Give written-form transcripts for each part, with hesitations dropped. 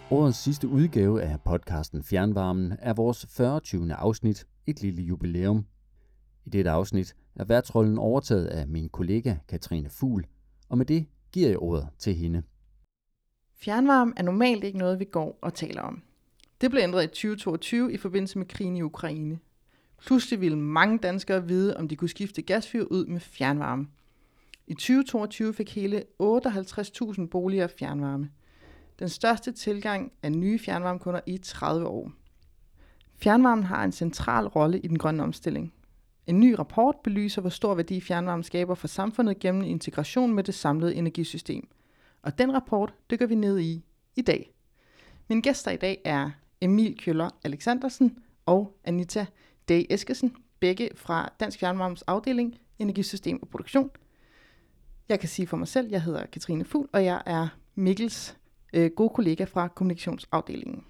Årets sidste udgave af podcasten Fjernvarmen er vores 40. afsnit, et lille jubilæum. I dette afsnit er værtsrollen overtaget af min kollega Katrine Fugl, og med det giver jeg ordet til hende. Fjernvarme er normalt ikke noget, vi går og taler om. Det blev ændret i 2022 i forbindelse med krigen i Ukraine. Pludselig ville mange danskere vide, om de kunne skifte gasfyr ud med fjernvarme. I 2022 fik hele 58.000 boliger fjernvarme. Den største tilgang af nye fjernvarmekunder i 30 år. Fjernvarmen har en central rolle i den grønne omstilling. En ny rapport belyser, hvor stor værdi fjernvarme skaber for samfundet gennem integration med det samlede energisystem. Og den rapport dykker vi ned i dag. Mine gæster i dag er Emil Kjøller Alexandersen og Anita D. Eskesen, begge fra Dansk Fjernvarmes afdeling Energisystem og Produktion. Jeg kan sige for mig selv, jeg hedder Katrine Fugl, og jeg er Mikkels gode kollega fra kommunikationsafdelingen.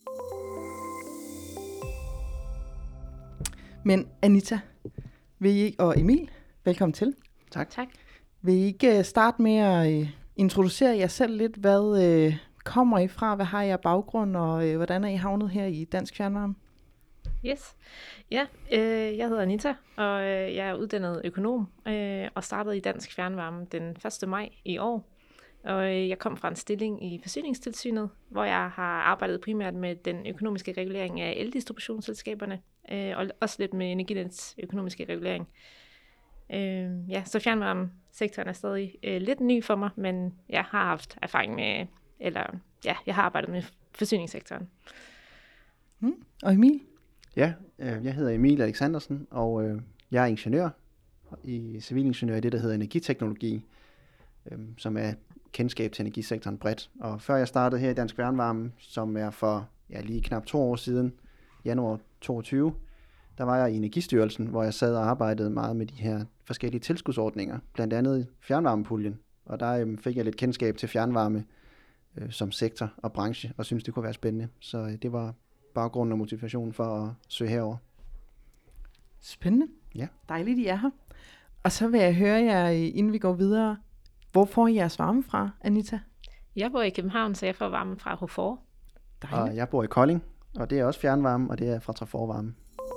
Men Anita og Emil, velkommen til. Tak. Vil I ikke starte med at introducere jer selv lidt? Hvad kommer I fra? Hvad har I af baggrund, og hvordan er I havnet her i Dansk Fjernvarme? Yes. Ja, jeg hedder Anita, og jeg er uddannet økonom og startede i Dansk Fjernvarme den 1. maj i år. Og jeg kom fra en stilling i Forsyningstilsynet, hvor jeg har arbejdet primært med den økonomiske regulering af eldistributionsselskaberne, og også lidt med Energinets økonomiske regulering. Så fjernvarmesektoren er stadig lidt ny for mig, men jeg har haft erfaring med, jeg har arbejdet med forsyningssektoren. Og Emil? Ja, jeg hedder Emil Alexandersen, og jeg er ingeniør i civilingeniør i det, der hedder energiteknologi, som er kendskab til energisektoren bredt. Og før jeg startede her i Dansk Fjernvarme, som er for lige knap 2 år siden, januar 2022, der var jeg i Energistyrelsen, hvor jeg sad og arbejdede meget med de her forskellige tilskudsordninger, blandt andet fjernvarmepuljen. Og der fik jeg lidt kendskab til fjernvarme som sektor og branche, og synes det kunne være spændende. Så det var baggrunden og motivationen for at søge herover. Spændende. Ja. Dejligt, I er her. Og så vil jeg høre jer, inden vi går videre, hvor får I jeres varme fra, Anita? Jeg bor i København, så jeg får varme fra Hofor. Dejligt. Og jeg bor i Kolding, og det er også fjernvarme, og det er fra Traforvarme.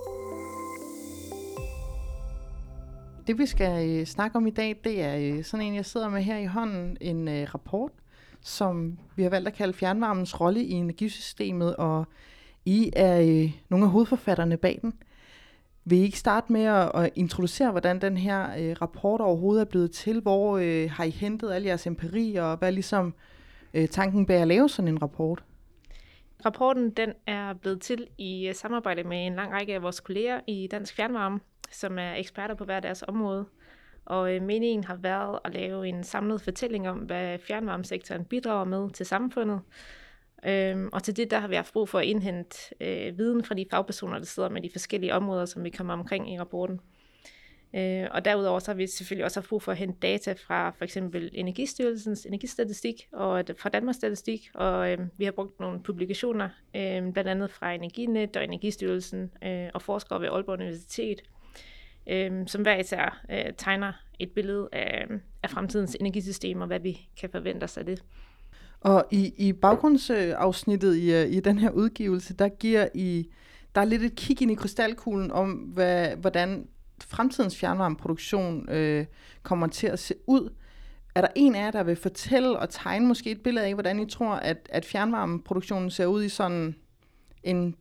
Det vi skal snakke om i dag, det er sådan en, jeg sidder med her i hånden, en rapport, som vi har valgt at kalde fjernvarmens rolle i energisystemet, og I er nogle af hovedforfatterne bag den. Vil I ikke starte med at introducere, hvordan den her rapport overhovedet er blevet til? Hvor har I hentet alle jeres empiri, og hvad er ligesom tanken bag at lave sådan en rapport? Rapporten den er blevet til i samarbejde med en lang række af vores kolleger i Dansk Fjernvarme, som er eksperter på hver deres område. Og meningen har været at lave en samlet fortælling om, hvad fjernvarmesektoren bidrager med til samfundet. Og til det der har vi haft brug for at indhente viden fra de fagpersoner, der sidder med de forskellige områder, som vi kommer omkring i rapporten. Og derudover så har vi selvfølgelig også haft brug for at hente data fra for eksempel Energistyrelsens energistatistik og fra Danmarks Statistik, og vi har brugt nogle publikationer, blandt andet fra Energinet og Energistyrelsen og forskere ved Aalborg Universitet, som hver især tegner et billede af fremtidens energisystem og hvad vi kan forvente os af det. Og i baggrundsafsnittet i den her udgivelse, der er lidt et kig ind i krystalkuglen om, hvordan fremtidens fjernvarmeproduktion kommer til at se ud. Er der en af jer, der vil fortælle og tegne måske et billede af, hvordan I tror, at fjernvarmeproduktionen ser ud i sådan en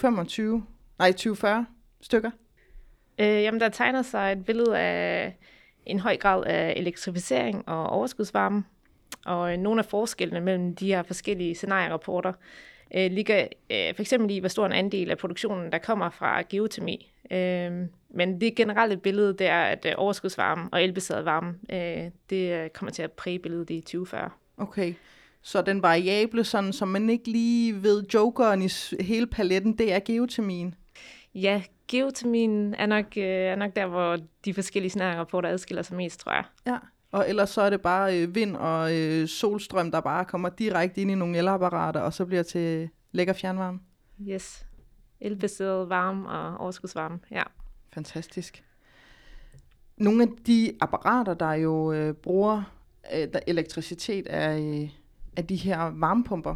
2040 stykker? Jamen, der tegner sig et billede af en høj grad af elektrificering og overskudsvarme. Og nogle af forskellene mellem de her forskellige scenarierapporter ligger for eksempel i, hvor stor en andel af produktionen, der kommer fra geotermi. Men det generelle billede, det er, at overskudsvarme og elbaseret varme, det kommer til at præge billedet i 2040. Okay, så den variable, sådan, som man ikke lige ved jokeren i hele paletten, det er geotermien? Ja, geotermien er nok der, hvor de forskellige scenarierapporter adskiller sig mest, tror jeg. Ja. Og ellers så er det bare vind og solstrøm, der bare kommer direkte ind i nogle elapparater, og så bliver til lækker fjernvarme. Yes. Elbaseret varme og overskudsvarme, ja. Fantastisk. Nogle af de apparater, der jo bruger elektricitet, er de her varmepumper.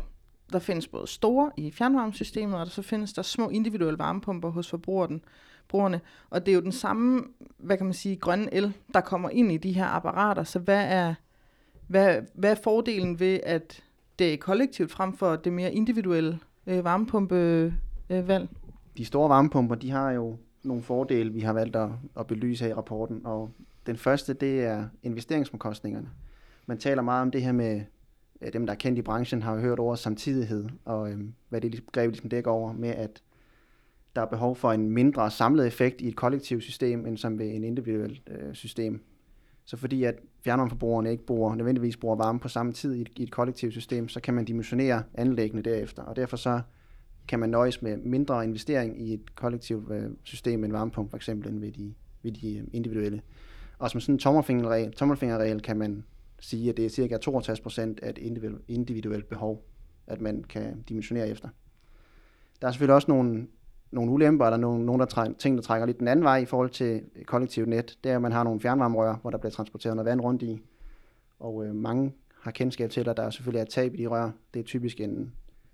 der findes både store i fjernvarmesystemet, og så findes der små individuelle varmepumper hos forbrugerne. Og det er jo den samme, hvad kan man sige, grønne el, der kommer ind i de her apparater. Så hvad er fordelen ved, at det er kollektivt frem for det mere individuelle varmepumpevalg? De store varmepumper, de har jo nogle fordele, vi har valgt at belyse her i rapporten. Og den første, det er investeringsomkostningerne. Man taler meget om det her med, dem der er kendt i branchen, har jo hørt ordet samtidighed, og hvad det begreb ligesom dækker over, med at der er behov for en mindre samlet effekt i et kollektivt system, end som ved en individuelt system. Så fordi at fjernvarmeforbrugerne ikke nødvendigvis bruger varme på samme tid i et kollektivt system, så kan man dimensionere anlæggene derefter, og derfor så kan man nøjes med mindre investering i et kollektivt system end varmepumpe for eksempel, end ved de individuelle. Og som sådan en tommelfingerregel kan man sige, at det er cirka 62% af et individuelt behov, at man kan dimensionere efter. Der er selvfølgelig også nogle ulemper, eller nogle ting, der trækker lidt den anden vej i forhold til kollektivt net. Det er, at man har nogle fjernvarmerør, hvor der bliver transporteret noget vand rundt i, og mange har kendskab til, at der selvfølgelig er tab i de rør. Det er typisk en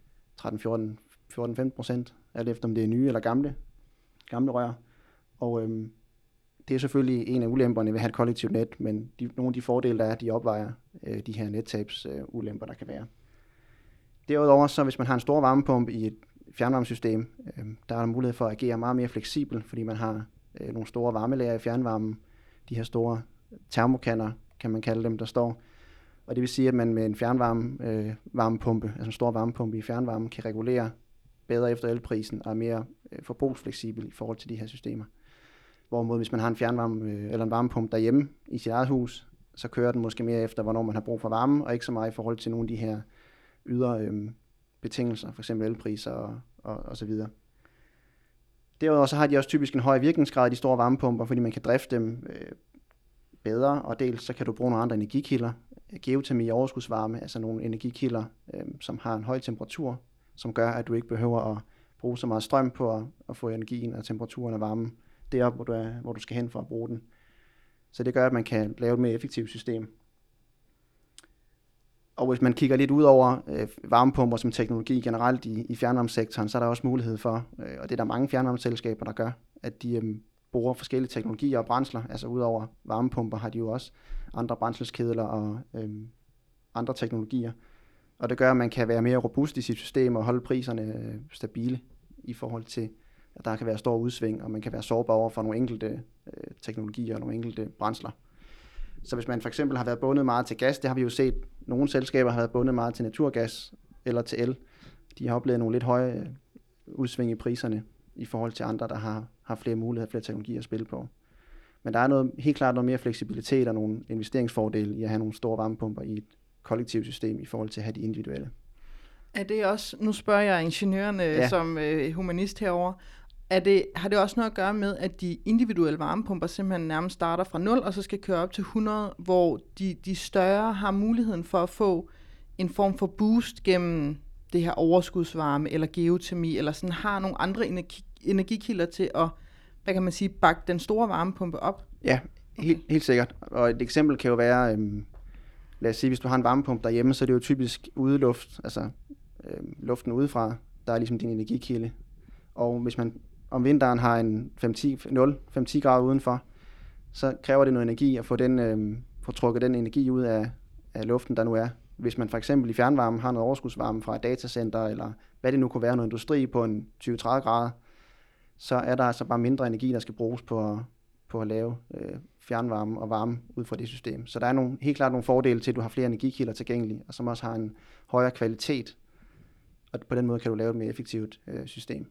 13-14-15%, alt efter om det er nye eller gamle rør. Og det er selvfølgelig en af ulemperne ved at have et kollektivt net, men nogle af de fordele, der er, de opvejer de her nettabs ulemper, der kan være. Derudover, så hvis man har en stor varmepumpe i et fjernvarmesystem, der er der mulighed for at agere meget mere fleksibel, fordi man har nogle store varmelager i fjernvarmen, de her termokanner, kan man kalde dem, der står. Og det vil sige, at man med en fjernvarmepumpe, altså en stor varmepumpe i fjernvarmen, kan regulere bedre efter elprisen og er mere forbrugsfleksibel i forhold til de her systemer. Hvorimod hvis man har en fjernvarme eller en varmepumpe derhjemme i sit eget hus, så kører den måske mere efter, hvornår man har brug for varme, og ikke så meget i forhold til nogle af de her ydre betingelser, f.eks. elpriser og så videre. Derudover så har de også typisk en høj virkningsgrad, de store varmepumper, fordi man kan drifte dem bedre, og dels så kan du bruge nogle andre energikilder, geotermi og overskudsvarme, altså nogle energikilder, som har en høj temperatur, som gør, at du ikke behøver at bruge så meget strøm på at få energien og temperaturen og varmen deroppe, hvor du skal hen for at bruge den. Så det gør, at man kan lave et mere effektivt system. Og hvis man kigger lidt ud over varmepumper som teknologi generelt i fjernvarmesektoren, så er der også mulighed for, og det er der mange fjernvarmeselskaber, der gør, at de bruger forskellige teknologier og brændsler. Altså ud over varmepumper har de jo også andre brændselskedler og andre teknologier. Og det gør, at man kan være mere robust i sit system og holde priserne stabile i forhold til, at der kan være store udsving, og man kan være sårbar over for nogle enkelte teknologier og nogle enkelte brændsler. Så hvis man for eksempel har været bundet meget til gas, det har vi jo set, nogle selskaber har været bundet meget til naturgas eller til el. De har oplevet nogle lidt høje udsving i priserne i forhold til andre, der har flere muligheder, flere teknologier at spille på. Men der er helt klart noget mere fleksibilitet og nogle investeringsfordele i at have nogle store varmepumper i et kollektivt system i forhold til at have de individuelle. Er det også, nu spørger jeg ingeniørerne som humanist herovre, har det også noget at gøre med, at de individuelle varmepumper simpelthen nærmest starter fra 0, og så skal køre op til 100, hvor de større har muligheden for at få en form for boost gennem det her overskudsvarme eller geotermi, eller sådan har nogle andre energikilder til at, hvad kan man sige, bakke den store varmepumpe op? Ja, helt sikkert. Og et eksempel kan jo være, lad os sige, hvis du har en varmepumpe derhjemme, så er det jo typisk udeluft, altså luften udefra, der er ligesom din energikilde. Og hvis man om vinteren har en 5-10 grader udenfor, så kræver det noget energi at få trukket den energi ud af luften, der nu er. Hvis man for eksempel i fjernvarmen har noget overskudsvarme fra et datacenter, eller hvad det nu kunne være, noget industri på en 20-30 grader, så er der altså bare mindre energi, der skal bruges på at lave fjernvarme og varme ud fra det system. Så der er helt klart nogle fordele til, at du har flere energikilder tilgængelige, og som også har en højere kvalitet. Og på den måde kan du lave et mere effektivt system.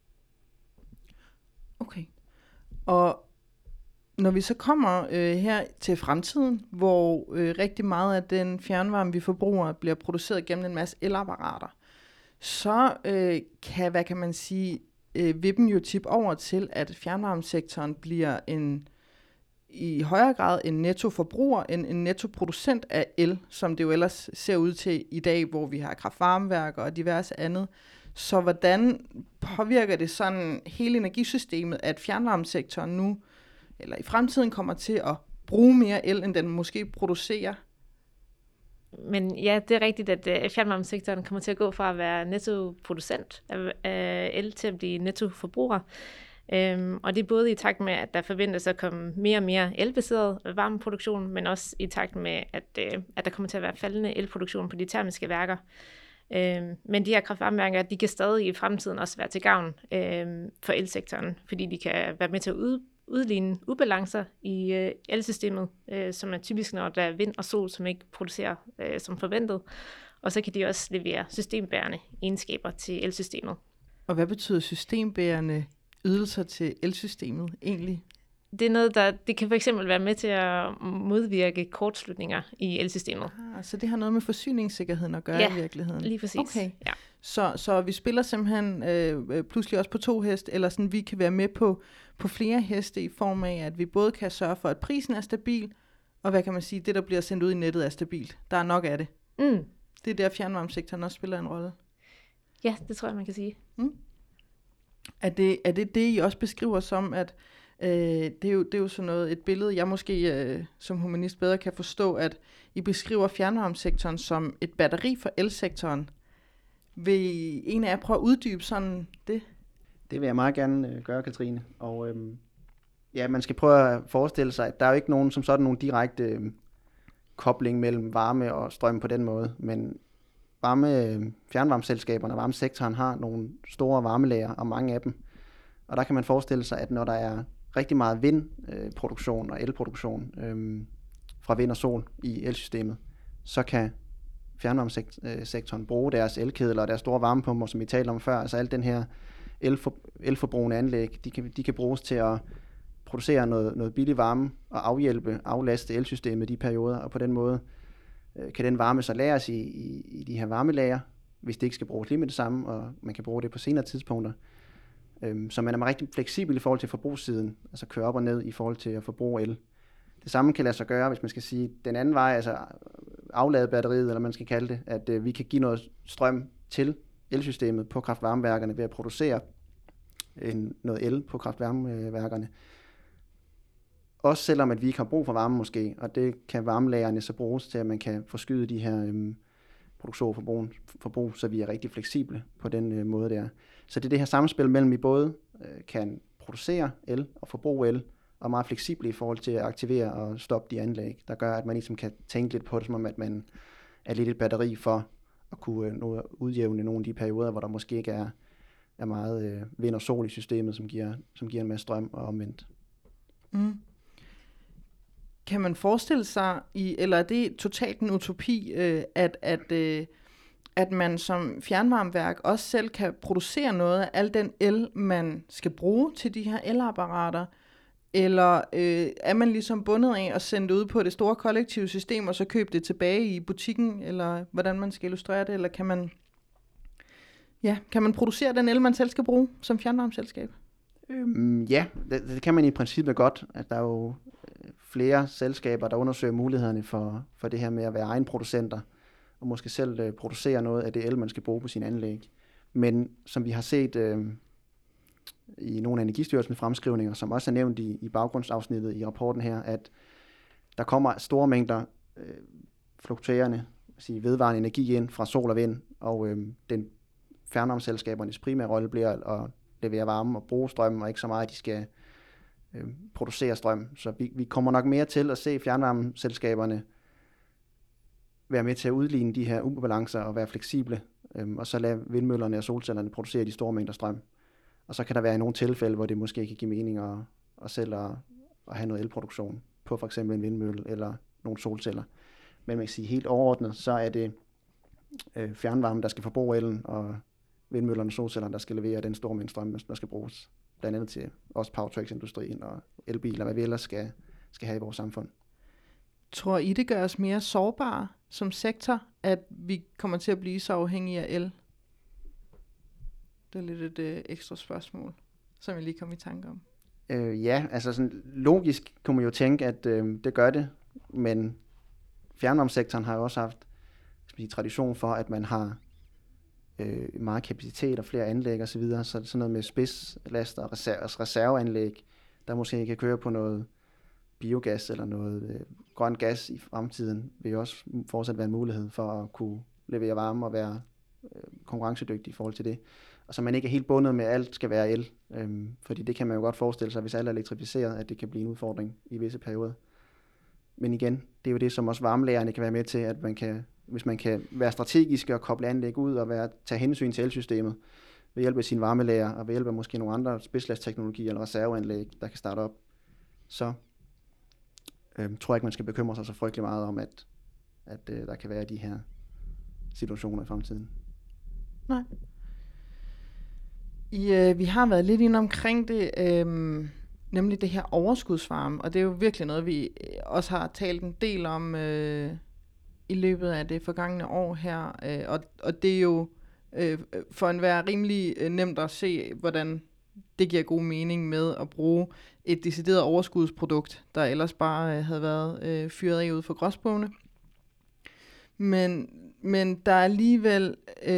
Okay. Og når vi så kommer her til fremtiden, hvor rigtig meget af den fjernvarme, vi forbruger, bliver produceret gennem en masse elapparater, så hvad kan man sige, vippen jo tip over til, at fjernvarmesektoren bliver i højere grad en nettoforbruger end en nettoproducent af el, som det jo ellers ser ud til i dag, hvor vi har kraftvarmeværker og diverse andet. Så hvordan påvirker det sådan hele energisystemet, at fjernvarmesektoren nu, eller i fremtiden, kommer til at bruge mere el, end den måske producerer? Men ja, det er rigtigt, at fjernvarmesektoren kommer til at gå fra at være nettoproducent af el til at blive nettoforbruger. Og det er både i takt med, at der forventes at komme mere og mere elbaseret varmeproduktion, men også i takt med, at der kommer til at være faldende elproduktion på de termiske værker. Men de her kraftvarmeværker, de kan stadig i fremtiden også være til gavn for elsektoren, fordi de kan være med til at udligne ubalancer i elsystemet, som er typisk, når der er vind og sol, som ikke producerer som forventet. Og så kan de også levere systembærende egenskaber til elsystemet. Og hvad betyder systembærende ydelser til elsystemet egentlig? Det er noget, det kan for eksempel være med til at modvirke kortslutninger i elsystemet. Så det har noget med forsyningssikkerheden at gøre i virkeligheden? Lige præcis. Okay. Ja. Så vi spiller simpelthen pludselig også på 2 heste, eller sådan, vi kan være med på flere heste i form af, at vi både kan sørge for, at prisen er stabil, og hvad kan man sige, det der bliver sendt ud i nettet er stabilt. Der er nok af det. Mm. Det er der fjernvarmesektoren også spiller en rolle. Ja, det tror jeg, man kan sige. Mm. Er det, I også beskriver som, at det er jo sådan noget, et billede, jeg måske som humanist bedre kan forstå, at I beskriver fjernvarmesektoren som et batteri for elsektoren. Vil en af jer prøve at uddybe sådan det? Det vil jeg meget gerne gøre, Katrine. Og man skal prøve at forestille sig, at der er jo ikke nogen som sådan nogen direkte kobling mellem varme og strøm på den måde, men fjernvarmeselskaberne og varmesektoren har nogle store varmelager, og mange af dem. Og der kan man forestille sig, at når der er rigtig meget vindproduktion og elproduktion fra vind og sol i elsystemet, så kan fjernvarmesektoren bruge deres elkedler og deres store varmepumper, som vi talte om før, altså alt den her elforbrugende anlæg, de kan bruges til at producere noget billig varme og aflaste elsystemet i de perioder, og på den måde kan den varme så lagres i de her varmelager, hvis det ikke skal bruges lige med det samme, og man kan bruge det på senere tidspunkter. Så man er rigtig fleksibel i forhold til forbrugssiden, altså køre op og ned i forhold til at forbruge el. Det samme kan lade sig gøre, hvis man skal sige den anden vej, altså aflade batteriet, eller man skal kalde det, at vi kan give noget strøm til elsystemet på kraftvarmeværkerne ved at producere noget el på kraftvarmeværkerne. Også selvom at vi ikke har brug for varme måske, og det kan varmelagerne så bruges til, at man kan forskyde de her produktion og forbrug, så vi er rigtig fleksible på den måde der. Så det er det her samspil mellem, vi både kan producere el og forbruge el, og er meget fleksible i forhold til at aktivere og stoppe de anlæg, der gør, at man ligesom kan tænke lidt på det, som om at man er lidt et batteri for at kunne udjævne nogle af de perioder, hvor der måske ikke er meget vind og sol i systemet, som giver en masse strøm og omvendt. Mm. Kan man forestille sig, eller er det totalt en utopi, at man som fjernvarmeværk også selv kan producere noget af al den el, man skal bruge til de her elapparater? Eller er man ligesom bundet af at sende det ud på det store kollektive system, og så købe det tilbage i butikken, eller hvordan man skal illustrere det? Eller kan man producere den el, man selv skal bruge som fjernvarmeselskab? Ja, det kan man i princippet godt. At der er jo flere selskaber, der undersøger mulighederne for det her med at være egenproducenter, og måske selv producere noget af det el, man skal bruge på sin anlæg. Men som vi har set i nogle af Energistyrelsens fremskrivninger, som også er nævnt i baggrundsafsnittet i rapporten her, at der kommer store mængder fluktuerende, vedvarende energi ind fra sol og vind, og den fjernvarmeselskabernes primære rolle bliver at levere varme og bruge strøm, og ikke så meget, at de skal producere strøm. Så vi kommer nok mere til at se fjernvarmeselskaberne være med til at udligne de her ubalancer og være fleksible, og så lade vindmøllerne og solcellerne producere de store mængder strøm. Og så kan der være nogle tilfælde, hvor det måske kan give mening at selv at have noget elproduktion på for eksempel en vindmølle eller nogle solceller. Men man kan sige helt overordnet, så er det fjernvarme, der skal forbruge elen, og vindmøllerne og solcellerne, der skal levere den store mængde strøm, der skal bruges. Blandt andet til også power-to-x-industrien og elbiler, hvad vi ellers skal have i vores samfund. Tror I, det gør os mere sårbare som sektor, at vi kommer til at blive så afhængige af el? Det er lidt et ekstra spørgsmål, som jeg lige kom i tanke om. Ja, altså sådan logisk kunne man jo tænke, at det gør det, men fjernvarmesektoren har jo også haft tradition for, at man har meget kapacitet og flere anlæg osv., så sådan noget med spidslast og reserveanlæg, der måske kan køre på noget biogas eller noget grøn gas i fremtiden, vil jo også fortsat være en mulighed for at kunne levere varme og være konkurrencedygtig i forhold til det. Og så man ikke er helt bundet med, at alt skal være el. Fordi det kan man jo godt forestille sig, hvis alt er elektrificeret, at det kan blive en udfordring i visse perioder. Men igen, det er jo det, som også varmelagerne kan være med til, at man kan, hvis man kan være strategisk og koble anlæg ud og tage hensyn til elsystemet ved hjælp af sine varmelager og ved hjælp af måske nogle andre spidslasteknologier eller reserveanlæg, der kan starte op, så tror jeg ikke, man skal bekymre sig så frygtelig meget om, at der kan være de her situationer i fremtiden. Nej. Vi har været lidt inde omkring det, nemlig det her overskudsvarme, og det er jo virkelig noget, vi også har talt en del om i løbet af det forgangne år her, og det er jo for en være rimelig nemt at se, hvordan det giver god mening med at bruge et decideret overskudsprodukt, der ellers bare havde været fyret af ud for gråspåne. Men der er alligevel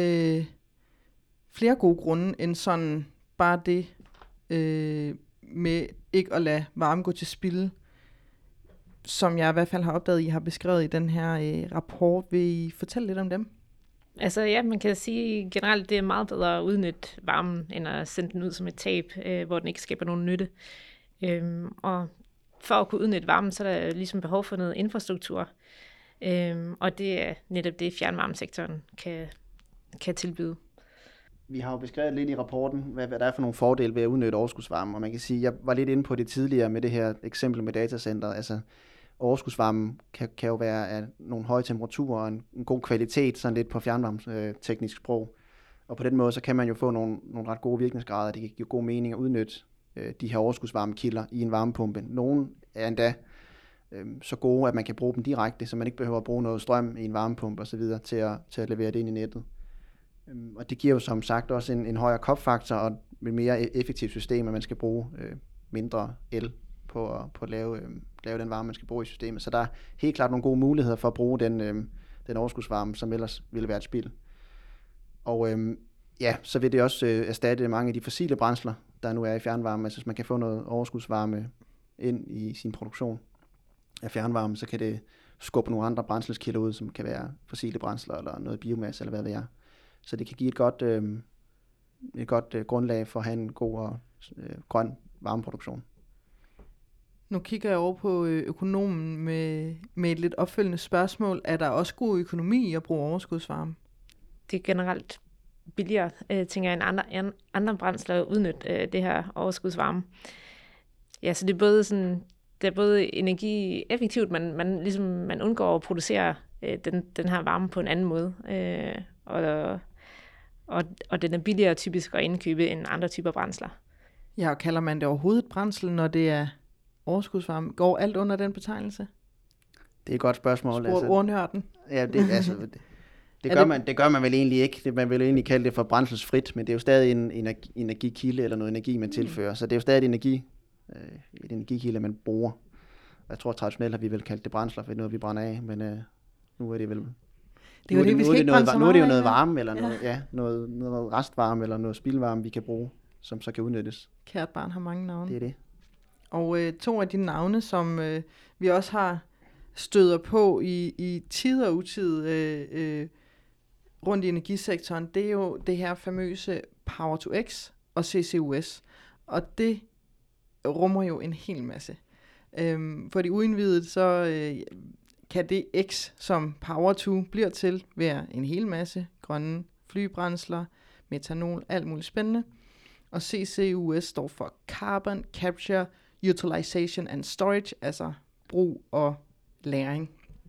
flere gode grunde end sådan bare det med ikke at lade varme gå til spilde, som jeg i hvert fald har opdaget, I har beskrevet i den her rapport. Vil I fortælle lidt om dem? Altså ja, man kan sige generelt, det er meget bedre at udnytte varmen, end at sende den ud som et tab, hvor den ikke skaber nogen nytte. Og for at kunne udnytte varmen, så er der ligesom behov for noget infrastruktur. Og det er netop det, fjernvarmesektoren kan tilbyde. Vi har jo beskrevet lidt i rapporten, hvad der er for nogle fordele ved at udnytte overskudsvarme, og man kan sige, jeg var lidt inde på det tidligere med det her eksempel med datacenteret. Altså overskudsvarme kan jo være af nogle høje temperaturer og en god kvalitet, sådan lidt på fjernvarmeteknisk sprog. Og på den måde, så kan man jo få nogle ret gode virkningsgrader. Det kan give god mening at udnytte de her overskudsvarmekilder i en varmepumpe. Nogle er endda så gode, at man kan bruge dem direkte, så man ikke behøver at bruge noget strøm i en varmepumpe osv. til at levere det ind i nettet. Og det giver jo som sagt også en højere kopfaktor og et mere effektivt system, at man skal bruge mindre el på at lave den varme, man skal bruge i systemet. Så der er helt klart nogle gode muligheder for at bruge den overskudsvarme, som ellers ville være et spild. Og så vil det også erstatte mange af de fossile brændsler, der nu er i fjernvarme. Altså hvis man kan få noget overskudsvarme ind i sin produktion af fjernvarme, så kan det skubbe nogle andre brændselskilder ud, som kan være fossile brændsler eller noget biomasse, eller hvad det er. Så det kan give et godt grundlag for at have en god og grøn varmeproduktion. Nu kigger jeg over på økonomen med et lidt opfølgende spørgsmål. Er der også god økonomi i at bruge overskudsvarme? Det er generelt billigere, tænker jeg, end andre brændsler at udnytte det her overskudsvarme. Ja, så det er både energieffektivt, man undgår at producere den her varme på en anden måde. Og den er billigere typisk at indkøbe end andre typer brændsler. Ja, og kalder man det overhovedet brændsel, når det er overskudsvarme? Går alt under den betegnelse? Det er et godt spørgsmål. Spurgt ordnørden. Ja, det gør man vel egentlig ikke. Man vil egentlig kalde det for brændselsfrit, men det er jo stadig en energikilde eller noget energi, man tilfører. Så det er jo stadig et energikilde, man bruger. Jeg tror traditionelt har vi vel kaldt det brændsler, for det er noget, vi brænder af, men nu er det vel... Nu er det jo noget varme, eller noget restvarme, eller noget spildvarme, vi kan bruge, som så kan udnyttes. Kært barn har mange navne. Det er det. Og 2 af de navne, som vi også har støder på i tid og utid rundt i energisektoren, det er jo det her famøse Power-to-X og CCUS. Og det rummer jo en hel masse. For de uindvidede, så kan det X, som Power-to bliver til, være en hel masse grønne flybrændsler, metanol, alt muligt spændende. Og CCUS står for Carbon Capture, Utilization and Storage, altså brug og lagring.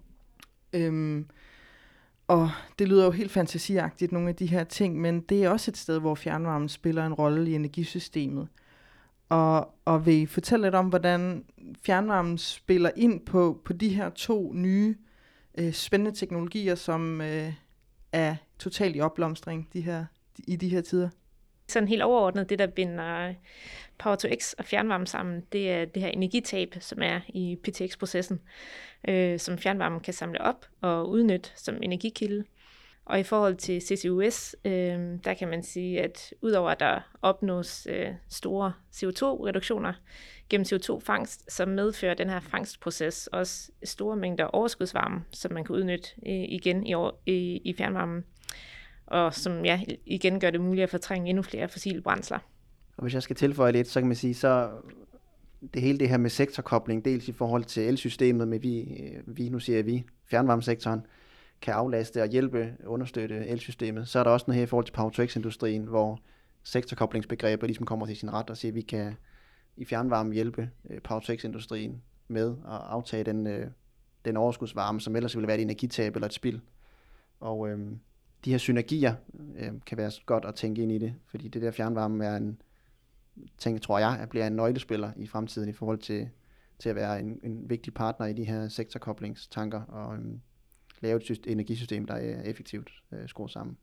Og det lyder jo helt fantasiagtigt, nogle af de her ting, men det er også et sted, hvor fjernvarmen spiller en rolle i energisystemet. Og vil I fortælle lidt om, hvordan fjernvarmen spiller ind på de her 2 nye spændende teknologier, som er totalt i opblomstring i de her tider? Sådan helt overordnet, det der binder Power-to-X og fjernvarme sammen, det er det her energitab, som er i PTX-processen, som fjernvarmen kan samle op og udnytte som energikilde. Og i forhold til CCUS, der kan man sige, at udover at der opnås store CO2-reduktioner gennem CO2-fangst, så medfører den her fangstproces også store mængder overskudsvarme, som man kan udnytte igen i fjernvarmen, og som igen gør det muligt at fortrænge endnu flere fossile brændsler. Og hvis jeg skal tilføje lidt, så kan man sige, så det hele det her med sektorkobling, dels i forhold til elsystemet, med nu siger vi, fjernvarmesektoren, kan aflaste og hjælpe, understøtte elsystemet. Så er der også noget her i forhold til Power-to-X-industrien, hvor sektorkoblingsbegreber ligesom kommer til sin ret og siger, at vi kan i fjernvarme hjælpe Power-to-X-industrien med at aftage den overskudsvarme, som ellers ville være et energitab eller et spild. Og de her synergier kan være godt at tænke ind i det, fordi det der fjernvarme er tror jeg, bliver en nøglespiller i fremtiden i forhold til at være en vigtig partner i de her sektorkoblingstanker og lave et energisystem, der er effektivt skruet sammen.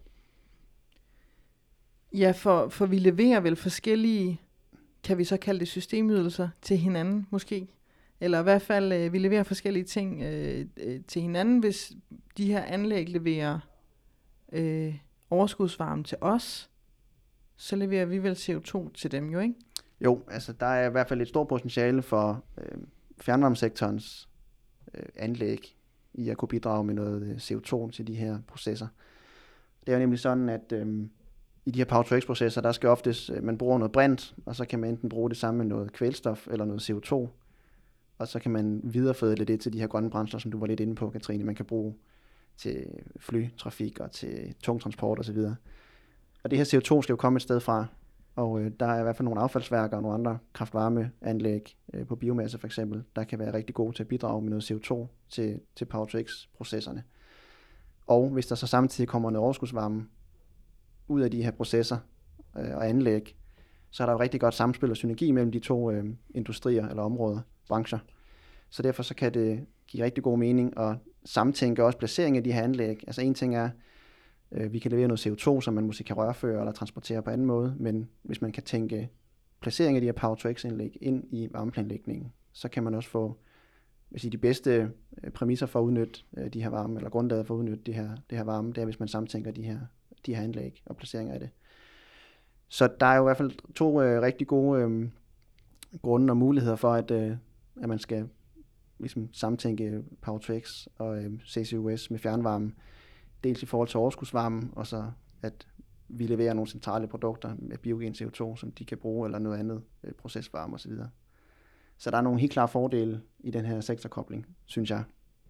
Ja, for vi leverer vel forskellige, kan vi så kalde det systemydelser til hinanden måske? Eller i hvert fald, vi leverer forskellige ting til hinanden, hvis de her anlæg leverer overskudsvarme til os, så leverer vi vel CO2 til dem jo, ikke? Jo, altså der er i hvert fald et stort potentiale for fjernvarmesektorens anlæg i at kunne bidrage med noget CO2 til de her processer. Det er jo nemlig sådan, at i de her Power-to-X-processer, der skal oftest, man bruger noget brint, og så kan man enten bruge det sammen med noget kvælstof eller noget CO2, og så kan man videreforædle det til de her grønne brændsler, som du var lidt inde på, Katrine, man kan bruge til flytrafik og til tungtransport osv. Og det her CO2 skal jo komme et sted fra, og der er i hvert fald nogle affaldsværker og nogle andre kraftvarmeanlæg på biomasse for eksempel, der kan være rigtig gode til at bidrage med noget CO2 til Power-to-X-processerne. Og hvis der så samtidig kommer noget overskudsvarme ud af de her processer og anlæg, så er der jo rigtig godt samspil og synergi mellem de to industrier eller områder, brancher. Så derfor så kan det give rigtig god mening at samtænke også placering af de her anlæg. Altså en ting er, vi kan levere noget CO2, som man måske kan rørføre eller transportere på anden måde, men hvis man kan tænke placering af de her Power-to-X-anlæg ind i varmeplanlægningen, så kan man også få de bedste præmisser for at udnytte de her varme, eller grundlaget for at udnytte det her varme, det er, hvis man samtænker de her anlæg og placeringer af det. Så der er jo i hvert fald to rigtig gode grunde og muligheder for, at man skal ligesom samtænke Power-to-X og CCUS med fjernvarme, dels i forhold til overskudsvarmen, og så at vi leverer nogle centrale produkter med biogen CO2, som de kan bruge, eller noget andet procesvarme osv. Så der er nogle helt klare fordele i den her sektorkobling, synes jeg.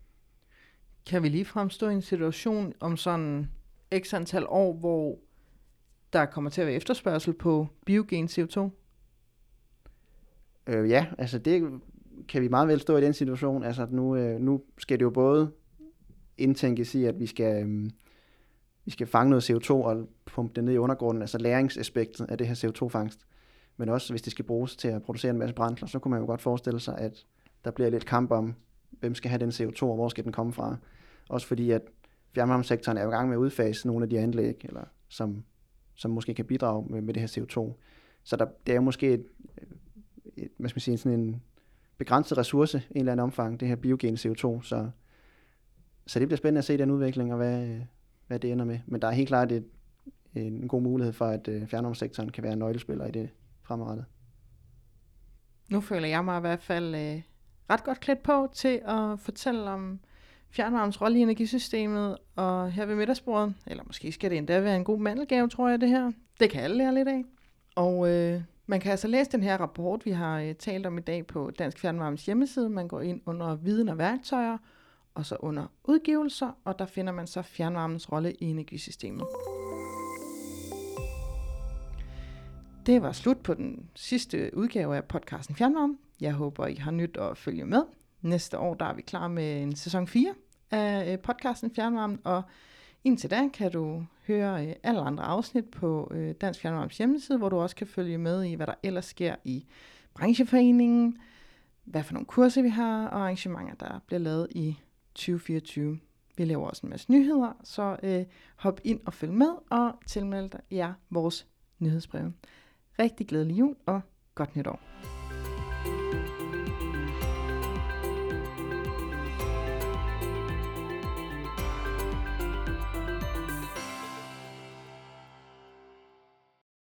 Kan vi lige fremstå i en situation om sådan x antal år, hvor der kommer til at være efterspørgsel på biogen CO2? Ja, altså det kan vi meget vel stå i den situation. Altså nu skal det jo både indtænkes i, at vi skal fange noget CO2 og pumpe det ned i undergrunden, altså læringsaspektet af det her CO2-fangst. Men også hvis det skal bruges til at producere en masse brændsler, så kunne man jo godt forestille sig, at der bliver lidt kamp om, hvem skal have den CO2, og hvor skal den komme fra. Også fordi, at fjernvarmesektoren er jo i gang med at udfase nogle af de anlæg, eller som måske kan bidrage med det her CO2. Så det er jo måske sådan en begrænset ressource i en eller anden omfang, det her biogen CO2. Så det bliver spændende at se den udvikling, og hvad det ender med. Men der er helt klart en god mulighed for, at fjernvarmesektoren kan være en nøglespiller i det fremadrettet. Nu føler jeg mig i hvert fald ret godt klædt på til at fortælle om fjernvarmens rolle i energisystemet, og her ved middagsbordet, eller måske skal det endda være en god mandelgave, tror jeg det her. Det kan alle lære lidt af. Og man kan altså læse den her rapport, vi har talt om i dag på Dansk Fjernvarmes hjemmeside. Man går ind under viden og værktøjer, og så under udgivelser, og der finder man så fjernvarmens rolle i energisystemet. Det var slut på den sidste udgave af podcasten Fjernvarme. Jeg håber, I har nyt at følge med. Næste år der er vi klar med en sæson 4 af podcasten Fjernvarme, og indtil da kan du høre alle andre afsnit på Dansk Fjernvarmes hjemmeside, hvor du også kan følge med i, hvad der ellers sker i brancheforeningen, hvad for nogle kurser vi har, og arrangementer, der bliver lavet i 2024. Vi laver også en masse nyheder, så hop ind og følg med, og tilmeld jer vores nyhedsbreve. Rigtig glædelig jul, og godt nytår.